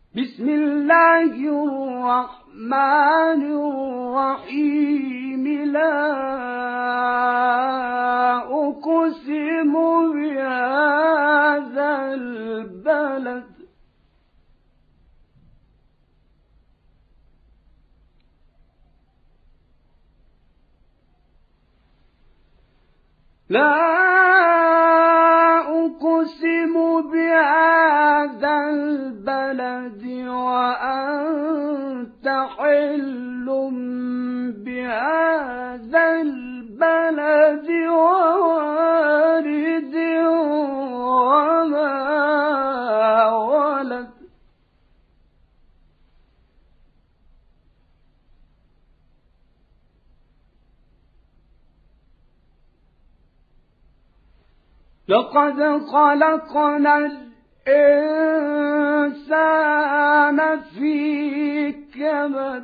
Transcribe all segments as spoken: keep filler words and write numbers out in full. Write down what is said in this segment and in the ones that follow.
بسم الله الرحمن الرحيم لا أقسم بهذا البلد لا أقسم بهذا البلد وأنت حل بهذا البلد ووالد وما ولد لقد خلقنا الإنسان في كبد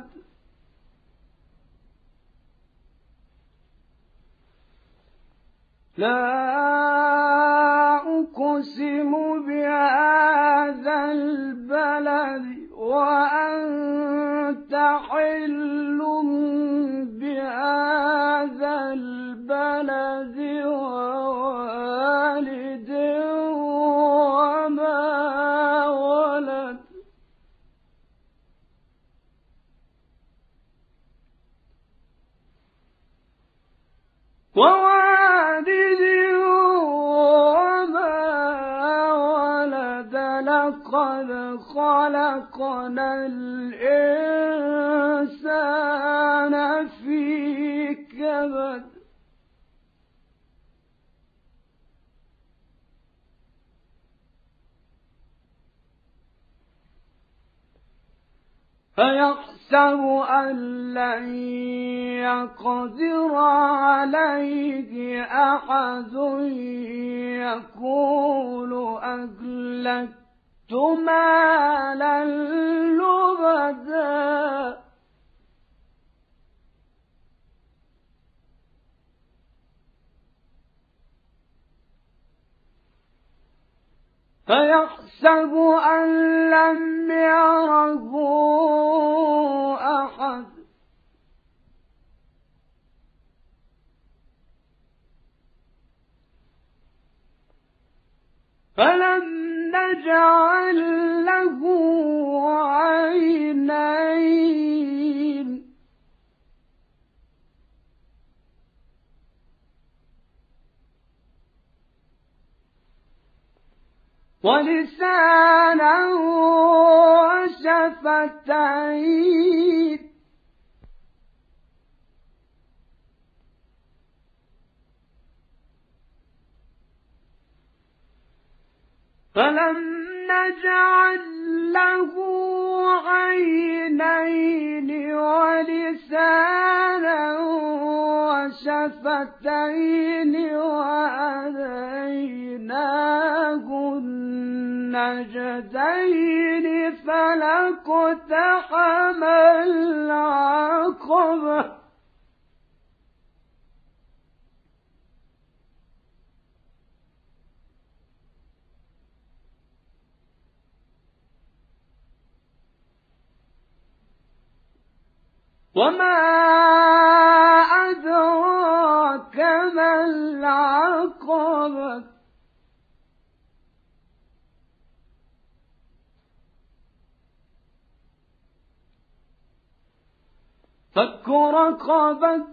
لا أقسم بهذا البلد وأنت حل بهذا البلد ووالد وما ولد ووالد وما ولد لقد خلقنا الإنسان في كبد فيحسب أن لن يقدر عليه أحد يقول أهلكت مالا لبدا فيحسب أن لم يره أحد فلم نجعل له عينين ولسانا وشفتين فلم نجعل له عينين ولسانا وشفتين وهديناه النجدين فلاقتحم العقبة وما أدراك ما العقبة فك رقبة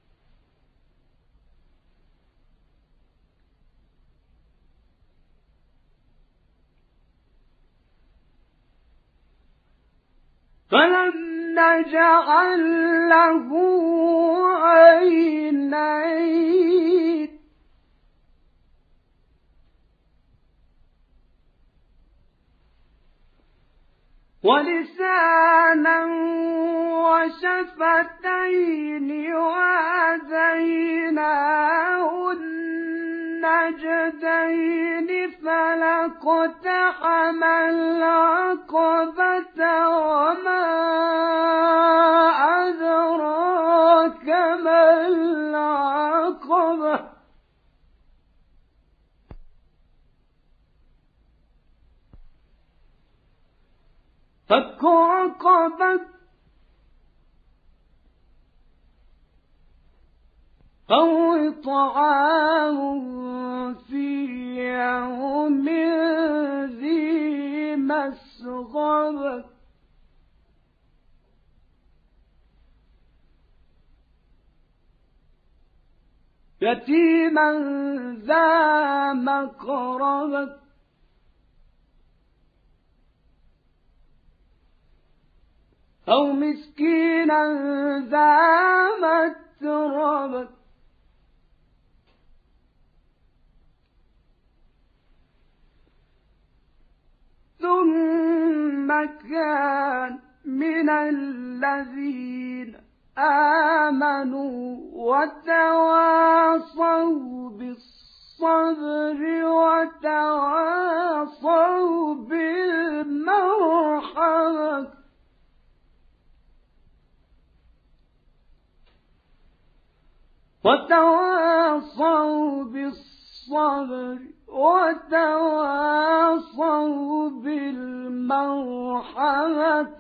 فلم نجعل له عينين ولسانا وشفتين وهديناه النجدين فلاقتحم العقبة وما أدراك ما العقبة فك رقبة أو إطعام في يوم ذي مسغبة يتيما ذا مقربة أو مسكينا ذا متربة ثم كان من الذين آمنوا وتواصوا بالصبر وتواصوا بالمرحمة وتواصوا بالصبر وتواصوا بالمرحمة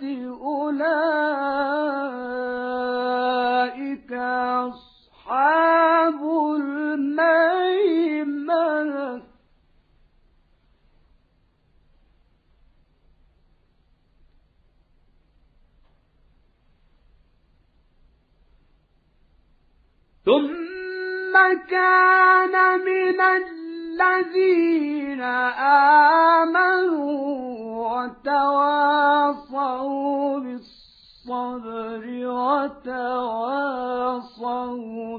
أولئك أصحاب الميمنة ثم كان من الذين آمنوا وتواصوا بالصبر وتواصوا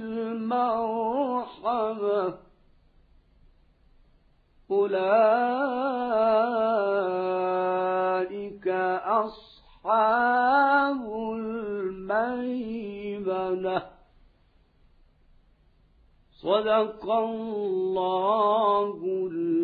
بالمرحمة أولئك أصحاب الميمنة. صدق الله